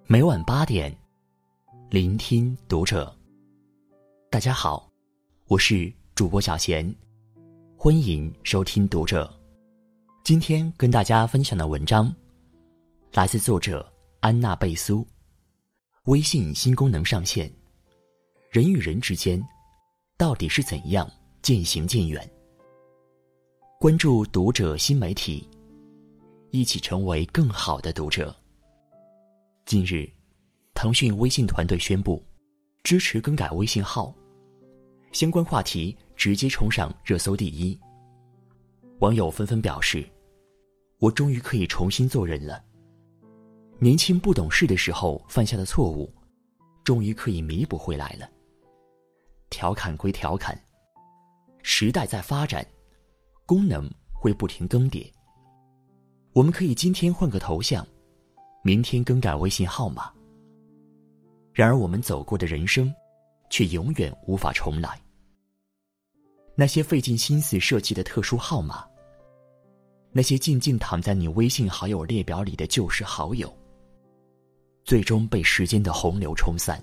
每晚8点，聆听读者。大家好，我是主播小贤，欢迎收听读者。今天跟大家分享的文章来自作者安娜贝苏。微信新功能上线，人与人之间到底是怎样渐行渐远？关注读者新媒体，一起成为更好的读者。近日，腾讯微信团队宣布支持更改微信号，相关话题直接冲上热搜第一。网友纷纷表示，我终于可以重新做人了。年轻不懂事的时候犯下的错误，终于可以弥补回来了。调侃归调侃，时代在发展，功能会不停更迭。我们可以今天换个头像，明天更改微信号码。然而我们走过的人生却永远无法重来。那些费尽心思设计的特殊号码，那些静静躺在你微信好友列表里的旧时好友，最终被时间的洪流冲散。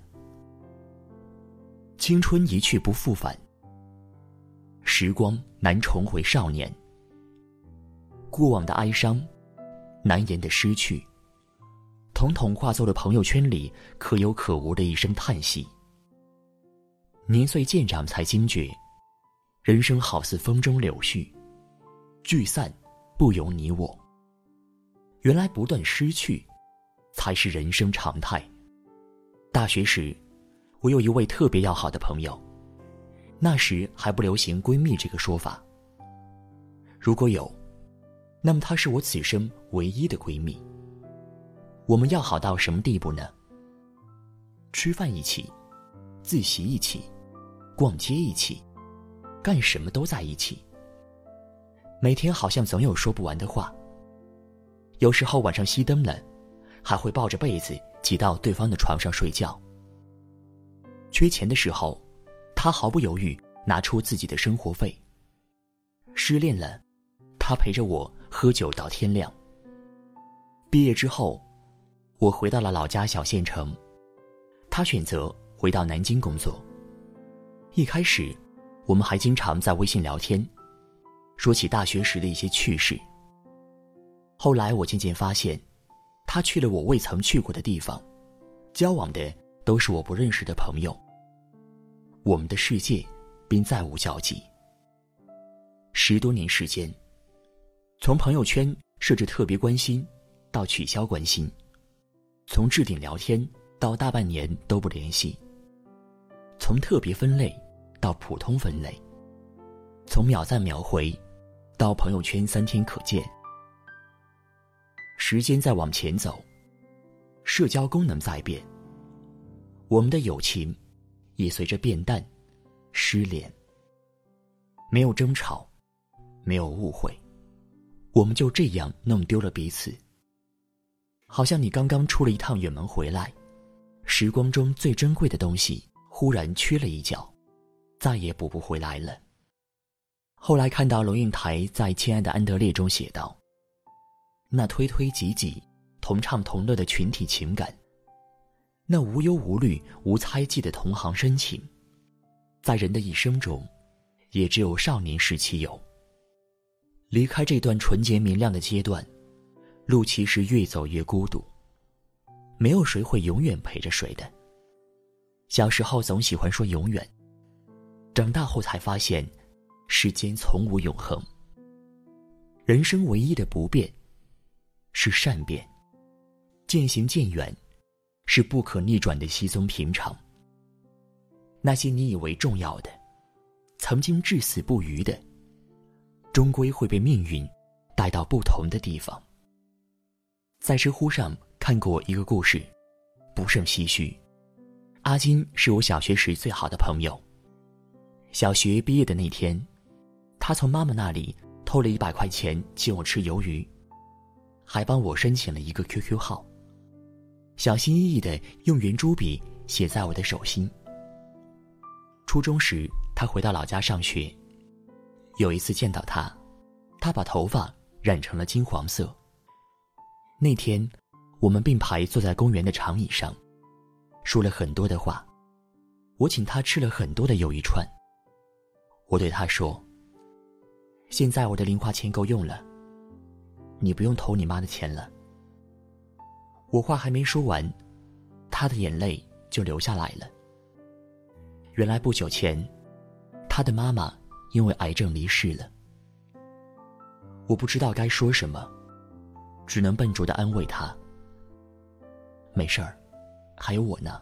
青春一去不复返，时光难重回少年。过往的哀伤，难言的失去，统统化作了朋友圈里可有可无的一声叹息。年岁渐长才惊觉，人生好似风中柳絮，聚散不由你我。原来不断失去才是人生常态。大学时，我有一位特别要好的朋友，那时还不流行闺蜜这个说法。如果有，那么她是我此生唯一的闺蜜。我们要好到什么地步呢？吃饭一起，自习一起，逛街一起，干什么都在一起。每天好像总有说不完的话。有时候晚上熄灯了，还会抱着被子挤到对方的床上睡觉。缺钱的时候，他毫不犹豫拿出自己的生活费。失恋了，他陪着我喝酒到天亮。毕业之后，我回到了老家小县城，他选择回到南京工作。一开始，我们还经常在微信聊天，说起大学时的一些趣事。后来我渐渐发现，他去了我未曾去过的地方，交往的都是我不认识的朋友。我们的世界便再无交集。10多年时间，从朋友圈设置特别关心到取消关心，从置顶聊天到大半年都不联系，从特别分类到普通分类，从秒赞秒回到朋友圈3天可见。时间在往前走，社交功能在变，我们的友情也随着变淡失联。没有争吵，没有误会，我们就这样弄丢了彼此。好像你刚刚出了一趟远门回来，时光中最珍贵的东西忽然缺了一角，再也补不回来了。后来看到龙应台在《亲爱的安德烈》中写道，那推推挤挤同唱同乐的群体情感，那无忧无虑无猜忌的同行深情，在人的一生中也只有少年时期有。离开这段纯洁明亮的阶段，路其实越走越孤独，没有谁会永远陪着谁的。小时候总喜欢说永远，长大后才发现世间从无永恒。人生唯一的不变是善变，渐行渐远是不可逆转的稀松平常。那些你以为重要的，曾经至死不渝的，终归会被命运带到不同的地方。在知乎上看过一个故事，不胜唏嘘。阿金是我小学时最好的朋友。小学毕业的那天，他从妈妈那里偷了100块钱请我吃鱿鱼，还帮我申请了一个 QQ 号，小心翼翼地用圆珠笔写在我的手心。初中时，他回到老家上学，有一次见到他把头发染成了金黄色。那天我们并排坐在公园的长椅上，说了很多的话。我请他吃了很多的鱿鱼串。我对他说，现在我的零花钱够用了，你不用投你妈的钱了。我话还没说完，他的眼泪就流下来了。原来不久前，他的妈妈因为癌症离世了。我不知道该说什么，只能笨拙地安慰他，没事儿，还有我呢。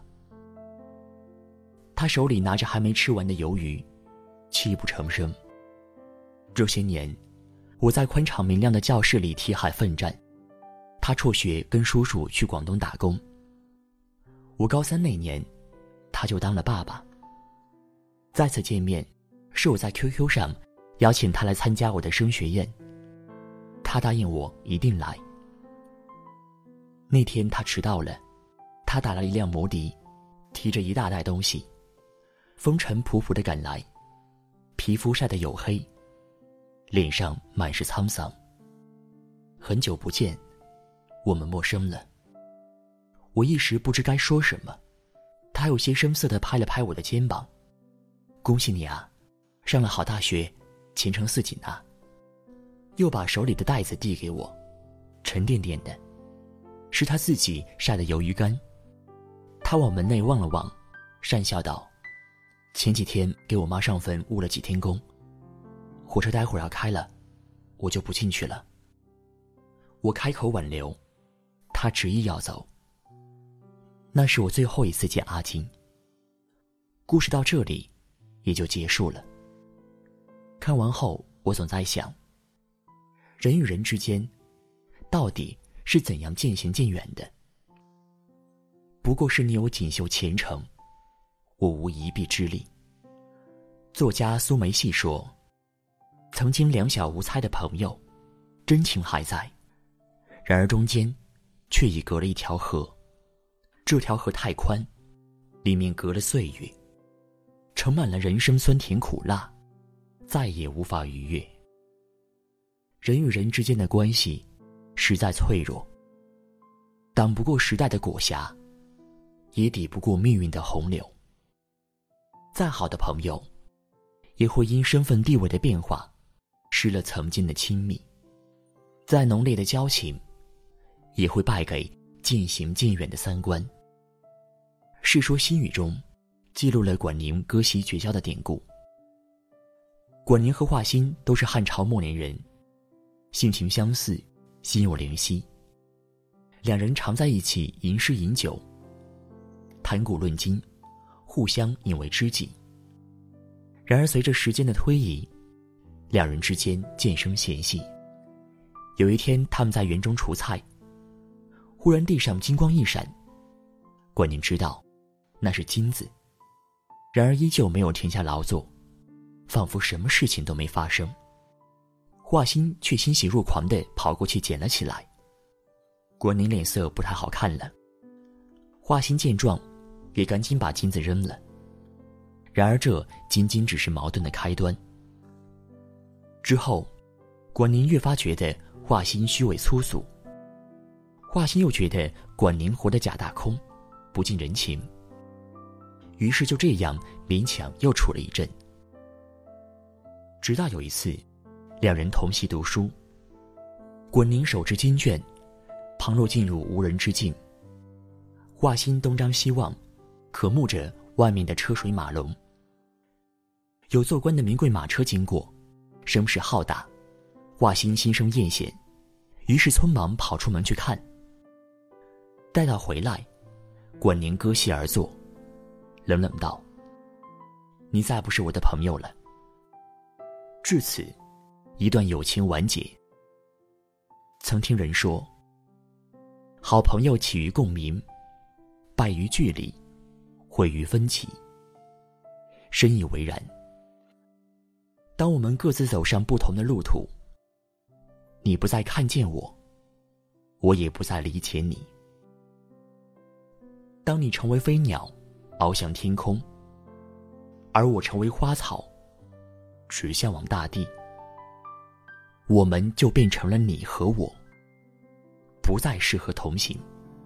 他手里拿着还没吃完的鱿鱼，泣不成声。这些年，我在宽敞明亮的教室里题海奋战，他辍学跟叔叔去广东打工。我高3那年，他就当了爸爸。再次见面，是我在 QQ 上邀请他来参加我的升学宴，他答应我一定来。那天他迟到了，他打了一辆摩的，提着一大袋东西，风尘仆仆地赶来，皮肤晒得黝黑，脸上满是沧桑。很久不见，我们陌生了。我一时不知该说什么，他有些生涩地拍了拍我的肩膀，恭喜你啊，上了好大学，前程似锦啊。又把手里的袋子递给我，沉甸甸的，是他自己晒的鱿鱼干。他往门内望了望，讪笑道，前几天给我妈上坟误了几天工，火车待会儿要开了，我就不进去了。我开口挽留，他执意要走。那是我最后一次见阿金。故事到这里也就结束了。看完后，我总在想，人与人之间到底是怎样渐行渐远的？不过是你有锦绣前程，我无一臂之力。作家苏梅细说，曾经两小无猜的朋友，真情还在，然而中间却已隔了一条河。这条河太宽，里面隔了岁月，盛满了人生酸甜苦辣，再也无法逾越。人与人之间的关系实在脆弱，挡不过时代的裹挟，也抵不过命运的洪流。再好的朋友，也会因身份地位的变化，失了曾经的亲密。再浓烈的交情，也会败给渐行渐远的三观。《世说新语》中记录了管宁割席绝交的典故。管宁和华歆都是汉朝末年人，性情相似，心有灵犀。两人常在一起吟诗饮酒，谈古论今，互相引为知己。然而随着时间的推移，两人之间渐生嫌隙。有一天他们在园中除菜，忽然地上金光一闪，管宁知道那是金子，然而依旧没有停下劳作，仿佛什么事情都没发生。华歆却欣喜若狂地跑过去捡了起来。管宁脸色不太好看了，华歆见状也赶紧把金子扔了。然而这仅仅只是矛盾的开端。之后管宁越发觉得华歆虚伪粗俗，华歆又觉得管宁活得假大空，不近人情，于是就这样勉强又处了一阵。直到有一次两人同席读书，管宁手持经卷，旁若进入无人之境，华歆东张西望，渴慕着外面的车水马龙。有做官的名贵马车经过，声势浩大，华歆心生艳羡，于是匆忙跑出门去看。待到回来，管宁割席而坐，冷冷道，你再不是我的朋友了。至此一段友情完结。曾听人说，好朋友起于共鸣，败于距离，毁于分歧。深以为然。当我们各自走上不同的路途，你不再看见我，我也不再理解你。当你成为飞鸟，翱翔天空，而我成为花草，只向往大地，我们就变成了你和我，不再适合同行。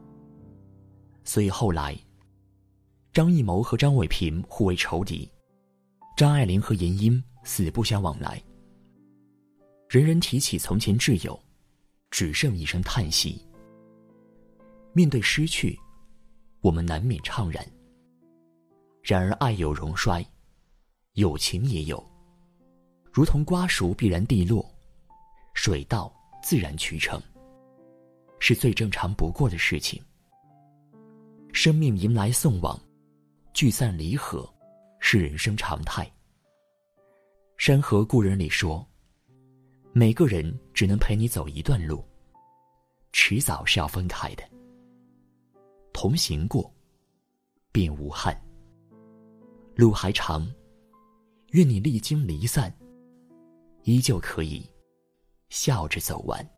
所以后来，张艺谋和张伟平互为仇敌，张爱玲和闫英死不相往来。人人提起从前挚友，只剩一声叹息。面对失去，我们难免怅然。然而爱有荣衰，友情也有，如同瓜熟必然蒂落，水到自然渠成，是最正常不过的事情。生命迎来送往，聚散离合，是人生常态。《山河故人》里说，每个人只能陪你走一段路，迟早是要分开的。同行过，便无憾。路还长，愿你历经离散，依旧可以笑着走完。